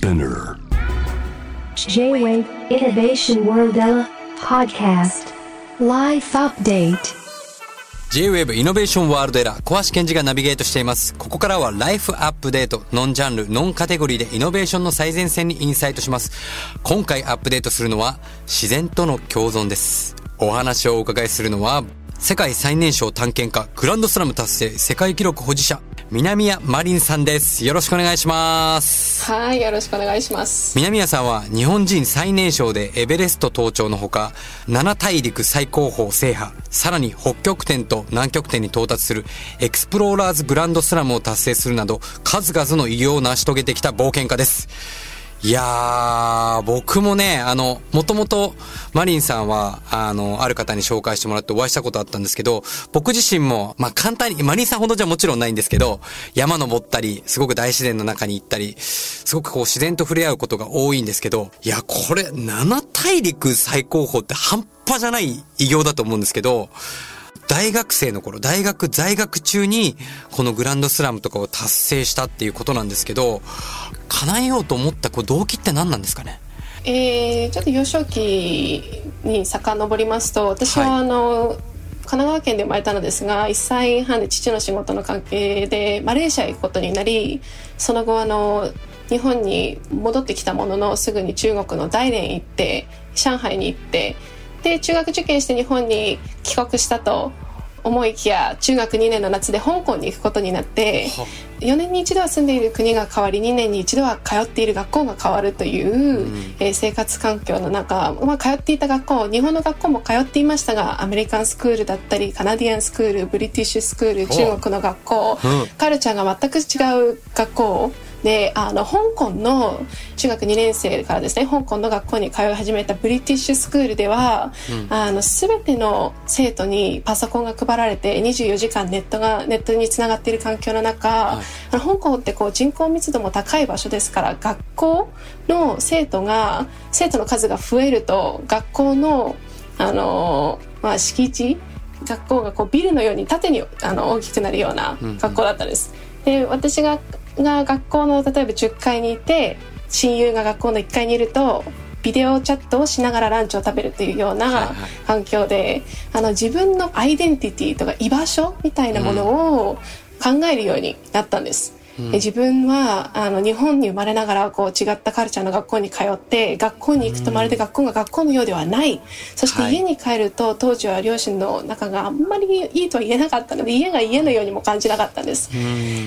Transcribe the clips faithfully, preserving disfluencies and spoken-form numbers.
Spinner J-Wave Innovation World Podcast Life Update J-Wave イノベーションワールドエラー小橋健二がナビゲートしています。ここからはライフアップデート、ノンジャンルノンカテゴリーでイノベーションの最前線にインサイトします。今回アップデートするのは自然との共存です。お話をお伺いするのは世界最年少探検家、グランドスラム達成世界記録保持者、南谷マリンさんです。よろしくお願いします。 はい、よろしくお願いします。 南谷さんは日本人最年少でエベレスト登頂のほか、なな大陸最高峰制覇、さらに北極点と南極点に到達するエクスプローラーズグランドスラムを達成するなど、数々の偉業を成し遂げてきた冒険家です。いやー、僕もね、あの、もともとマリンさんは、あの、ある方に紹介してもらってお会いしたことあったんですけど、僕自身も、まあ、簡単に、マリンさんほどじゃもちろんないんですけど、山登ったり、すごく大自然の中に行ったり、すごくこう自然と触れ合うことが多いんですけど、いや、これ、なな大陸最高峰って半端じゃない偉業だと思うんですけど、大学生の頃、大学在学中にこのグランドスラムとかを達成したっていうことなんですけど、叶えようと思ったこう動機って何なんですかね。 えー、ちょっと幼少期に遡りますと、私はあの、はい、神奈川県で生まれたのですが、いっさいはんで父の仕事の関係でマレーシアへ行くことになり、その後あの日本に戻ってきたものの、すぐに中国の大連行って、上海に行って、で中学受験して日本に帰国したと思いきや、中学にねんの夏で香港に行くことになって、よねんに一度は住んでいる国が変わり、にねんに一度は通っている学校が変わるという、うんえー、生活環境の中、まあ、通っていた学校、日本の学校も通っていましたが、アメリカンスクールだったりカナディアンスクール、ブリティッシュスクール、中国の学校、うん、カルチャーが全く違う学校で、あの香港の中学にねん生からですね、香港の学校に通い始めたブリティッシュスクールでは、うん、あの全ての生徒にパソコンが配られて、にじゅうよじかんネットがネットにつながっている環境の中、はい、あの香港ってこう人口密度も高い場所ですから、学校の生徒が生徒の数が増えると、学校のあの、まあ、敷地、学校がこうビルのように縦にあの大きくなるような学校だったんです。うんうん、で私がが学校の例えばじゅっかいにいて、親友が学校のいっかいにいるとビデオチャットをしながらランチを食べるというような環境で、はいはい、あの自分のアイデンティティとか居場所みたいなものを考えるようになったんです。うん、で自分はあの日本に生まれながらこう違ったカルチャーの学校に通って、学校に行くとまるで学校が学校のようではない、うん、そして家に帰ると、はい、当時は両親の仲があんまりいいとは言えなかったので、家が家のようにも感じなかったんです。うん、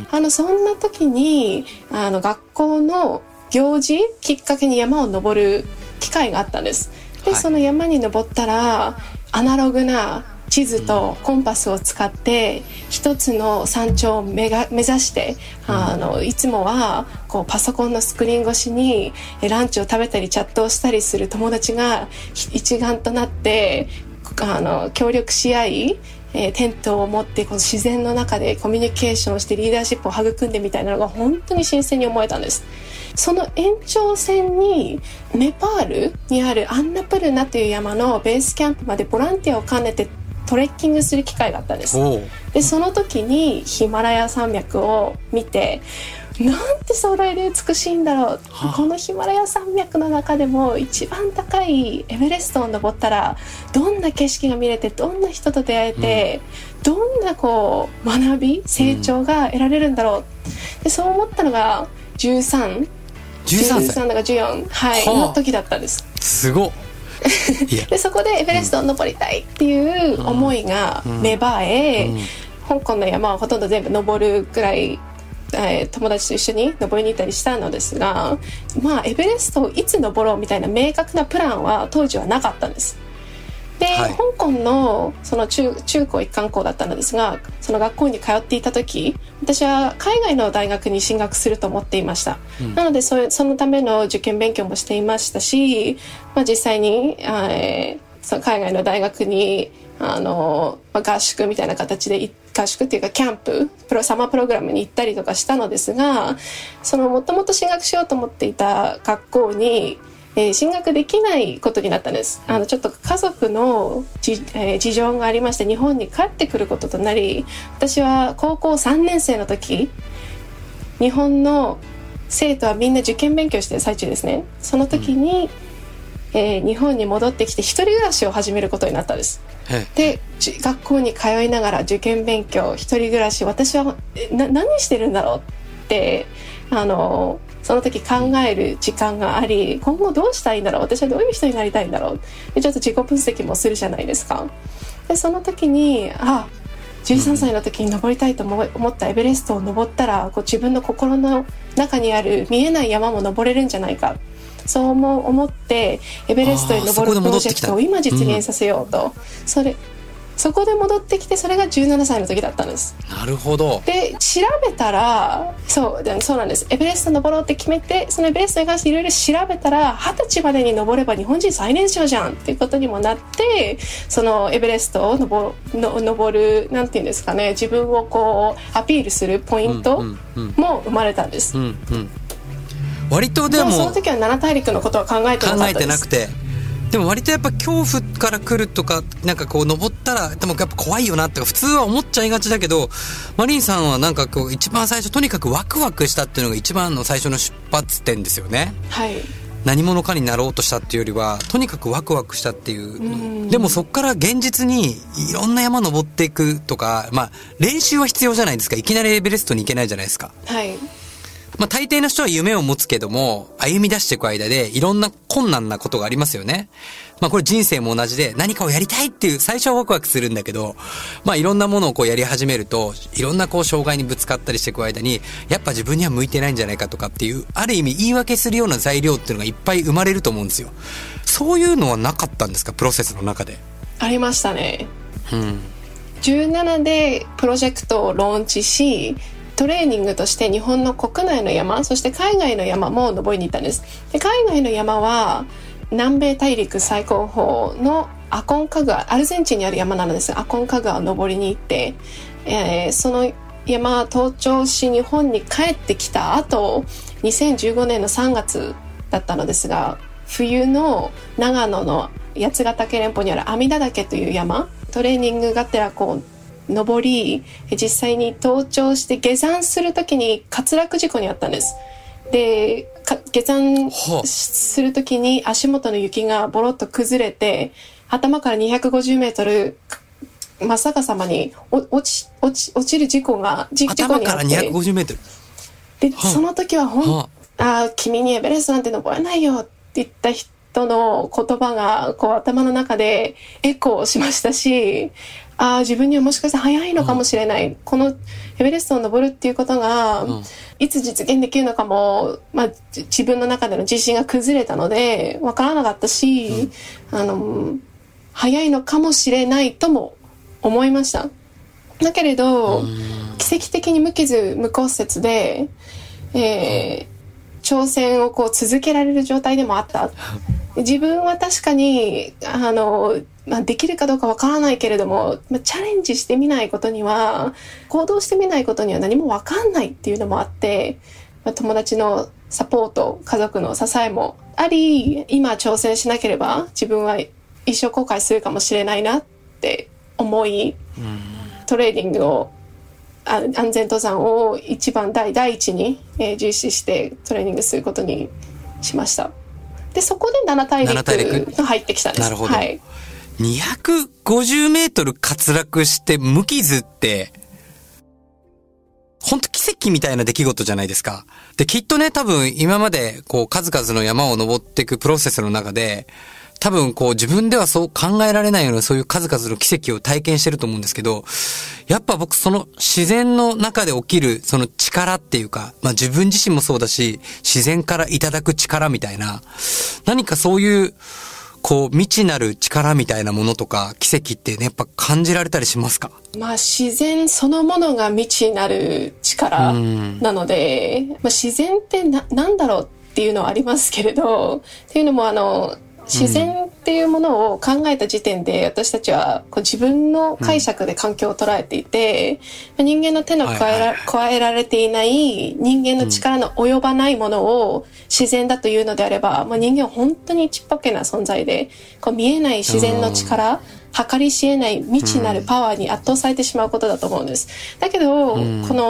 あのそんな時にあの学校の行事きっかけに山を登る機会があったんです。で、はい、その山に登ったら、アナログな地図とコンパスを使って一つの山頂を目が目指して、あのいつもはこうパソコンのスクリーン越しにランチを食べたりチャットをしたりする友達が一丸となってあの協力し合い、えー、テントを持ってこの自然の中でコミュニケーションをしてリーダーシップを育んでみたいなのが本当に新鮮に思えたんです。その延長線にネパールにあるアンナプルナという山のベースキャンプまでボランティアを兼ねてトレッキングする機会があったんです。でその時にヒマラヤ山脈を見て、なんて壮大で美しいんだろう、このヒマラヤ山脈の中でも一番高いエベレストを登ったらどんな景色が見れて、どんな人と出会えて、うん、どんなこう学び成長が得られるんだろう、うん、でそう思ったのがじゅうさん、じゅうさんだからじゅうよん、はい、の時だったんです。すごっでそこでエベレストを登りたいっていう思いが芽生え、うんうん、香港の山をほとんど全部登るくらい、えー、友達と一緒に登りに行ったりしたのですが、まあエベレストをいつ登ろうみたいな明確なプランは当時はなかったんです。で、はい、香港のその 中, 中高一貫校だったのですが、その学校に通っていた時、私は海外の大学に進学すると思っていました。うん、なので そ, そのための受験勉強もしていましたし、まあ、実際に、えー、その海外の大学にあの、まあ、合宿みたいな形で合宿っていうかキャンププロサマープログラムに行ったりとかしたのですが、そのもともと進学しようと思っていた学校にえー、進学できないことになったんです。あのちょっと家族のじ、えー、事情がありまして、日本に帰ってくることとなり、私は高校さんねん生の時、日本の生徒はみんな受験勉強してる最中ですね。その時に、うん、えー、日本に戻ってきて一人暮らしを始めることになったんです。で学校に通いながら受験勉強、一人暮らし、私はな何してるんだろうってあのその時考える時間があり、今後どうしたいんだろう、私はどういう人になりたいんだろうでちょっと自己分析もするじゃないですか。でその時にあじゅうさんさいの時に登りたいと思ったエベレストを登ったら、こう自分の心の中にある見えない山も登れるんじゃないか、そう思ってエベレストに登るプロジェクトを今実現させようと、うん、それそこで戻ってきて、それがじゅうななさいの時だったんです。 なるほど。 で調べたらそうそうなんです。エベレスト登ろうって決めて、そのエベレストに関していろいろ調べたら、はたちまでに登れば日本人最年少じゃんっていうことにもなって、そのエベレストを登の登るなんていうんですかね、自分をこうアピールするポイントも生まれたんです。うんうんうん、 割とでも、 でもその時は七大陸のことは考えてなかったです。 考えてなくて、でも割とやっぱ恐怖から来るとか、なんかこう登ったらでもやっぱ怖いよなって普通は思っちゃいがちだけど、マリンさんはなんかこう一番最初とにかくワクワクしたっていうのが一番の最初の出発点ですよね。 はい。 何者かになろうとしたっていうよりはとにかくワクワクしたっていう。うん、でもそっから現実にいろんな山登っていくとか、まあ練習は必要じゃないですか。いきなりエベレストに行けないじゃないですか。 はい。 まあ大抵の人は夢を持つけども、歩み出していく間でいろんな困難なことがありますよね。まあこれ人生も同じで、何かをやりたいっていう最初はワクワクするんだけど、まあいろんなものをこうやり始めると、いろんなこう障害にぶつかったりしていく間に、やっぱ自分には向いてないんじゃないかとかっていう、ある意味言い訳するような材料っていうのがいっぱい生まれると思うんですよ。そういうのはなかったんですか、プロセスの中で。 ありましたね。 うん。 じゅうななでプロジェクトをローンチし、トレーニングとして日本の国内の山、そして海外の山も登りに行ったんです。で海外の山は南米大陸最高峰のアコンカグア、アルゼンチンにある山なんですが、アコンカグアを登りに行って、えー、その山登頂し日本に帰ってきた後、にせんじゅうごねんのさんがつだったのですが、冬の長野の八ヶ岳連峰にある阿弥陀岳という山、トレーニングがてらこう登り、実際に登頂して下山するときに滑落事故にあったんです。で下山するときに足元の雪がボロッと崩れて、頭からにひゃくごじゅうメートル真っ逆さまに落ち、落ち、落ちる事故が事故にあって、 頭からにひゃくごじゅうメートルでその時はほん、はあ、あ君にエベレストなんて登れないよって言った人の言葉がこう頭の中でエコーしましたし、あ自分にはもしかしたら早いのかもしれない、うん、このエベレストを登るっていうことが、うん、いつ実現できるのかも、まあ、自分の中での自信が崩れたので分からなかったし、うん、あの早いのかもしれないとも思いました。だけれど、うん、奇跡的に無傷無骨折で、えー、挑戦をこう続けられる状態でもあった。自分は確かにあの、まあ、できるかどうかわからないけれども、まあ、チャレンジしてみないことには、行動してみないことには何もわかんないっていうのもあって、まあ、友達のサポート、家族の支えもあり、今挑戦しなければ自分は一生後悔するかもしれないなって思い、トレーニングを安全登山を一番第第一に、えー、重視してトレーニングすることにしました。でそこで七大陸が入ってきたんです。 なるほど、 はい、 にひゃくごじゅうメートル滑落して無傷って本当奇跡みたいな出来事じゃないですか。できっとね、多分今までこう数々の山を登っていくプロセスの中で、多分こう自分ではそう考えられないようなそういう数々の奇跡を体験してると思うんですけど、やっぱ僕その自然の中で起きるその力っていうか、まあ自分自身もそうだし、自然からいただく力みたいな、何かそういうこう未知なる力みたいなものとか奇跡ってね、やっぱ感じられたりしますか？ まあ自然そのものが未知なる力なので、まあ自然ってな、なんだろうっていうのはありますけれど、っていうのもあの、自然っていうものを考えた時点で私たちはこう自分の解釈で環境を捉えていて、うん、人間の手の加えら、加えられていない人間の力の及ばないものを自然だというのであれば、まあ、人間は本当にちっぽけな存在で、こう見えない自然の力、計り知れない未知なるパワーに圧倒されてしまうことだと思うんです。だけど、うん、この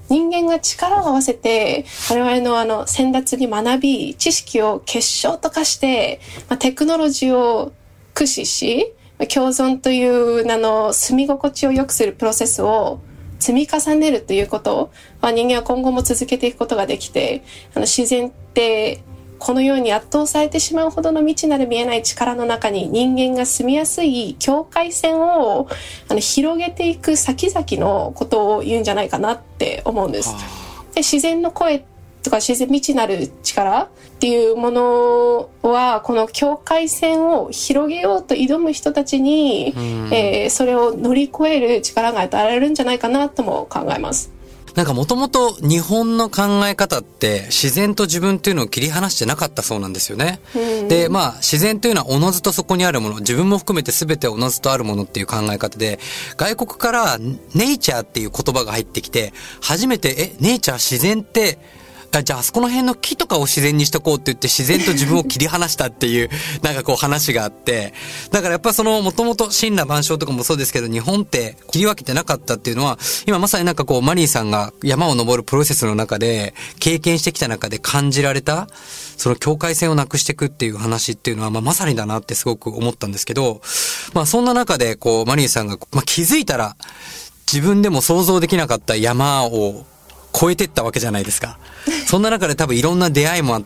人間が力を合わせて我々のあの先達に学び知識を結晶と化して、まあ、テクノロジーを駆使し共存というあの住み心地を良くするプロセスを積み重ねるということは人間は今後も続けていくことができて、あの自然ってこのように圧倒されてしまうほどの未知なる見えない力の中に人間が住みやすい境界線をあの広げていく先々のことを言うんじゃないかなって思うんです。で、自然の声とか自然未知なる力っていうものはこの境界線を広げようと挑む人たちに、えー、それを乗り越える力が与えられるんじゃないかなとも考えます。 なんかもともと日本の考え方って自然と自分っていうのを切り離してなかったそうなんですよね。で、まあ自然というのはおのずとそこにあるもの、自分も含めて全ておのずとあるものっていう考え方で、外国からネイチャーっていう言葉が入ってきて、初めてえ、ネイチャー自然ってじゃああそこの辺の木とかを自然にしとこうって言って自然と自分を切り離したっていうなんかこう話があって、だからやっぱそのもともと森羅万象とかもそうですけど日本って切り分けてなかったっていうのは今まさになんかこうマリーさんが山を登るプロセスの中で経験してきた中で感じられたその境界線をなくしていくっていう話っていうのはまあまさにだなってすごく思ったんですけど、まあそんな中でこうマリーさんがまあ気づいたら自分でも想像できなかった山を超えてったわけじゃないですか。そんな中で多分いろんな出会いもあって、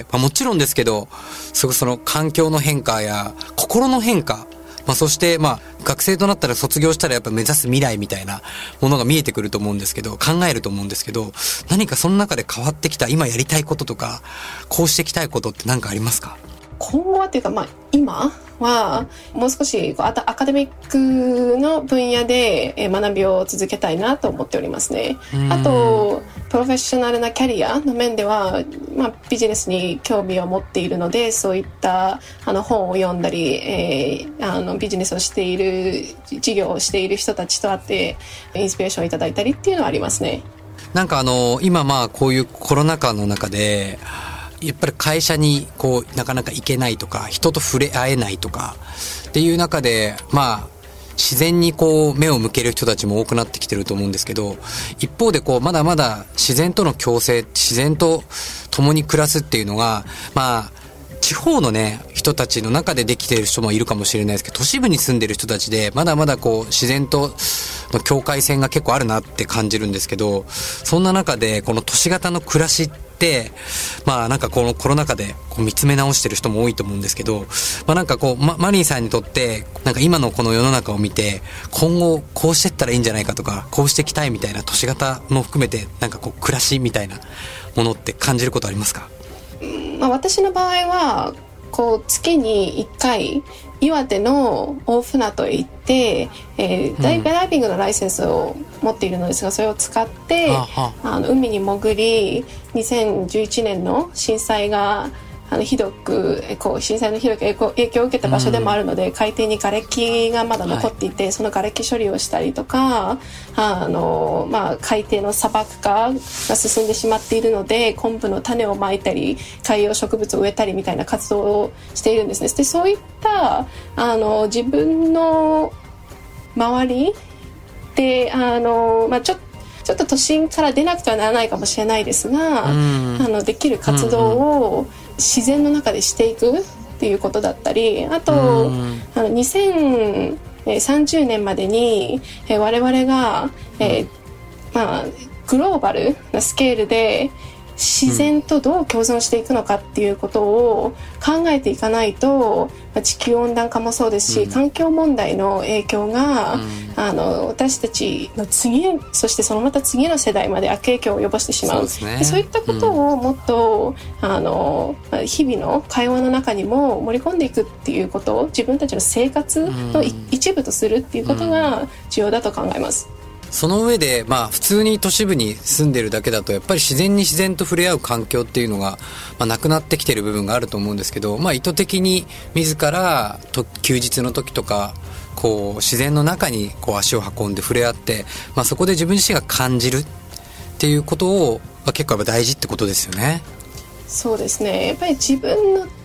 まあ、もちろんですけど、すごくその環境の変化や心の変化、まあ、そしてまあ学生となったら卒業したらやっぱ目指す未来みたいなものが見えてくると思うんですけど、考えると思うんですけど、何かその中で変わってきた今やりたいこととか、こうしていきたいことって何かありますか？ 今後はっていうか、まあ、今はもう少しアカデミックの分野で学びを続けたいなと思っておりますね。あとプロフェッショナルなキャリアの面では、まあ、ビジネスに興味を持っているので、そういったあの本を読んだり、えー、あのビジネスをしている事業をしている人たちと会ってインスピレーションをいただいたりっていうのはありますね。 なんかあの今まあこういうコロナ禍の中でやっぱり会社にこうなかなか行けないとか人と触れ合えないとかっていう中でまあ自然にこう目を向ける人たちも多くなってきてると思うんですけど、一方でこうまだまだ自然との共生、自然と共に暮らすっていうのがまあ地方のね人たちの中でできている人もいるかもしれないですけど、都市部に住んでる人たちでまだまだこう自然との境界線が結構あるなって感じるんですけど、そんな中でこの都市型の暮らしってまあなんかこのコロナ禍でこう見つめ直してる人も多いと思うんですけど、まあなんかこう、ま、マリーさんにとってなんか今のこの世の中を見て今後こうしてったらいいんじゃないかとか、こうしていきたいみたいな都市型も含めてなんかこう暮らしみたいなものって感じることありますか？ まあ、私の場合はこう月にいっかい岩手の大船渡へ行って、えー、ダイビングのライセンスを持っているのですが、それを使ってあの海に潜り、にせんじゅういちねんの震災があのひどくこう震災のひどく影響を受けた場所でもあるので、うん、海底に瓦礫がまだ残っていて、はい、その瓦礫処理をしたりとか、あの、まあ、海底の砂漠化が進んでしまっているので昆布の種をまいたり海洋植物を植えたりみたいな活動をしているんですね。でそういったあの自分の周りであの、まあ、ちょっとちょっと都心から出なくてはならないかもしれないですが、うん、あのできる活動を自然の中でしていくっていうことだったり、あと、うん、あのにせんさんじゅうねんまでに、えー、我々が、えーまあ、グローバルなスケールで自然とどう共存していくのかっていうことを考えていかないと、まあ、地球温暖化もそうですし、うん、環境問題の影響が、うん、あの私たちの次、そしてそのまた次の世代まで悪影響を及ぼしてしまう。そうですね。でそういったことをもっと、うん、あの日々の会話の中にも盛り込んでいくっていうことを自分たちの生活の一部とするっていうことが重要だと考えます。 その上で、まあ普通に都市部に住んでるだけだとやっぱり自然に自然と触れ合う環境っていうのが、まあ、なくなってきてる部分があると思うんですけど、まあ意図的に自らと休日の時とかこう自然の中にこう足を運んで触れ合って、まあそこで自分自身が感じるっていうことを、まあ、結構やっぱ大事ってことですよね。 そうですね。やっぱり自分の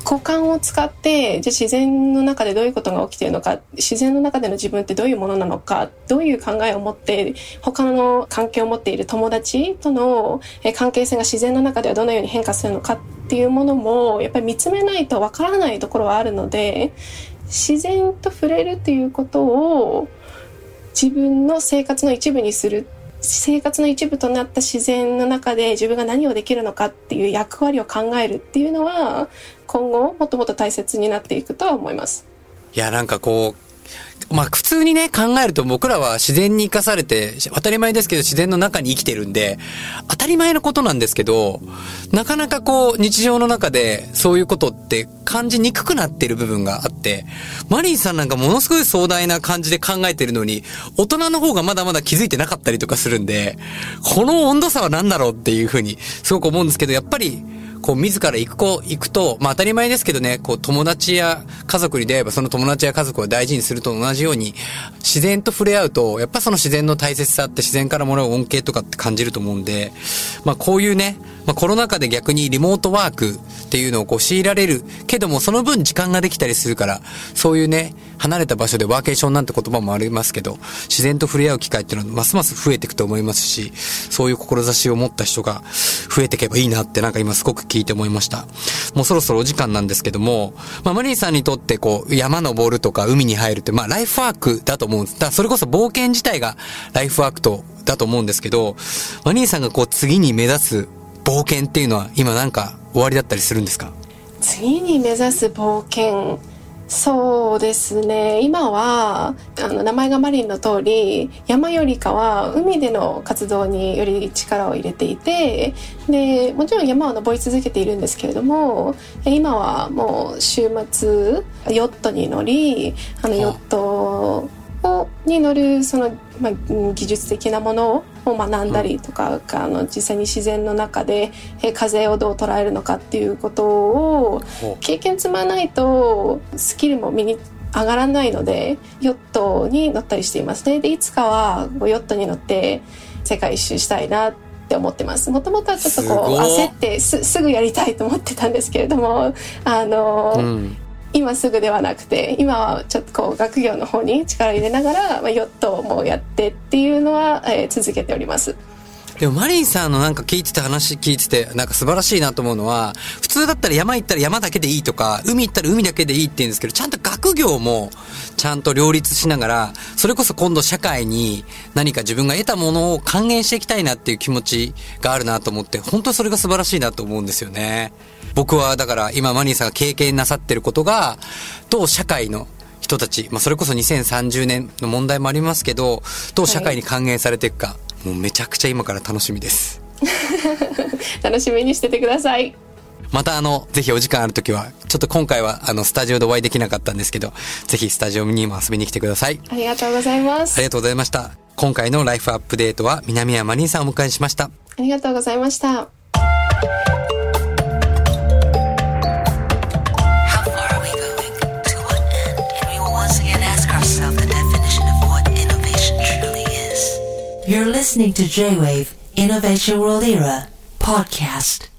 五感を使ってじゃあ自然の中でどういうことが起きているのか、自然の中での自分ってどういうものなのか、どういう考えを持って他の関係を持っている友達との関係性が自然の中ではどのように変化するのかっていうものもやっぱり見つめないとわからないところはあるので、自然と触れるっていうことを自分の生活の一部にする、生活の一部となった自然の中で自分が何をできるのかっていう役割を考えるっていうのは今後もっともっと大切になっていくとは思います。 いや、なんかこうまあ普通にね考えると僕らは自然に生かされて当たり前ですけど自然の中に生きてるんで当たり前のことなんですけど、なかなかこう日常の中でそういうことって感じにくくなってる部分があって、マリーさんなんかものすごい壮大な感じで考えてるのに大人の方がまだまだ気づいてなかったりとかするんで、この温度差は何だろうっていうふうにすごく思うんですけど、やっぱりこう自ら行く子行くと、まあ当たり前ですけどね、こう友達や家族に出会えばその友達や家族を大事にすると同じように自然と触れ合うとやっぱその自然の大切さって自然からもらう恩恵とかって感じると思うんで、まあこういうね、まあコロナ禍で逆にリモートワークっていうのをこう強いられるけどもその分時間ができたりするから、そういうね離れた場所でワーケーションなんて言葉もありますけど、自然と触れ合う機会っていうのはますます増えていくと思いますし、そういう志を持った人が増えていけばいいなってなんか今すごく聞いて思いました。もうそろそろお時間なんですけども、まあマリーさんにとってこう山登るとか海に入るってまあライフワークだと思うんです。だからそれこそ冒険自体がライフワークとだと思うんですけど、マリーさんがこう次に目指す冒険っていうのは今なんか終わりだったりするんですか？ 次に目指す冒険、そうですね、今はあの名前がマリンの通り山よりかは海での活動により力を入れていて、でもちろん山を登り続けているんですけれども、今はもう週末ヨットに乗り、あのヨットをに乗るその、まあ、技術的なものを学んだりとか、うん、あの実際に自然の中で風をどう捉えるのかっていうことを経験積まないとスキルも身に上がらないのでヨットに乗ったりしていますね。でいつかはヨットに乗って世界一周したいなって思ってます。もともとはちょっとこう焦って す, すぐやりたいと思ってたんですけれども、あの、うん今すぐではなくて、今はちょっとこう学業の方に力を入れながら、まあ、ヨットもやってっていうのは、えー、続けております。 でもマリーさんのなんか聞いてて話聞いててなんか素晴らしいなと思うのは、普通だったら山行ったら山だけでいいとか海行ったら海だけでいいって言うんですけど、ちゃんと学業もちゃんと両立しながら、それこそ今度社会に何か自分が得たものを還元していきたいなっていう気持ちがあるなと思って、本当にそれが素晴らしいなと思うんですよね。僕はだから今マリーさんが経験なさってることがどう社会の人たち、まあ、それこそにせんさんじゅうねんの問題もありますけど、どう社会に還元されていくか、はい、もうめちゃくちゃ今から楽しみです楽しみにしててください。 またあのぜひお時間あるときは、ちょっと今回はあのスタジオでお会いできなかったんですけど、ぜひスタジオにも遊びに来てください。 ありがとうございます。 ありがとうございました。今回のライフアップデートは南山マリーさんをお迎えしました。 ありがとうございました。 You're listening to J-Wave Innovation World Era podcast.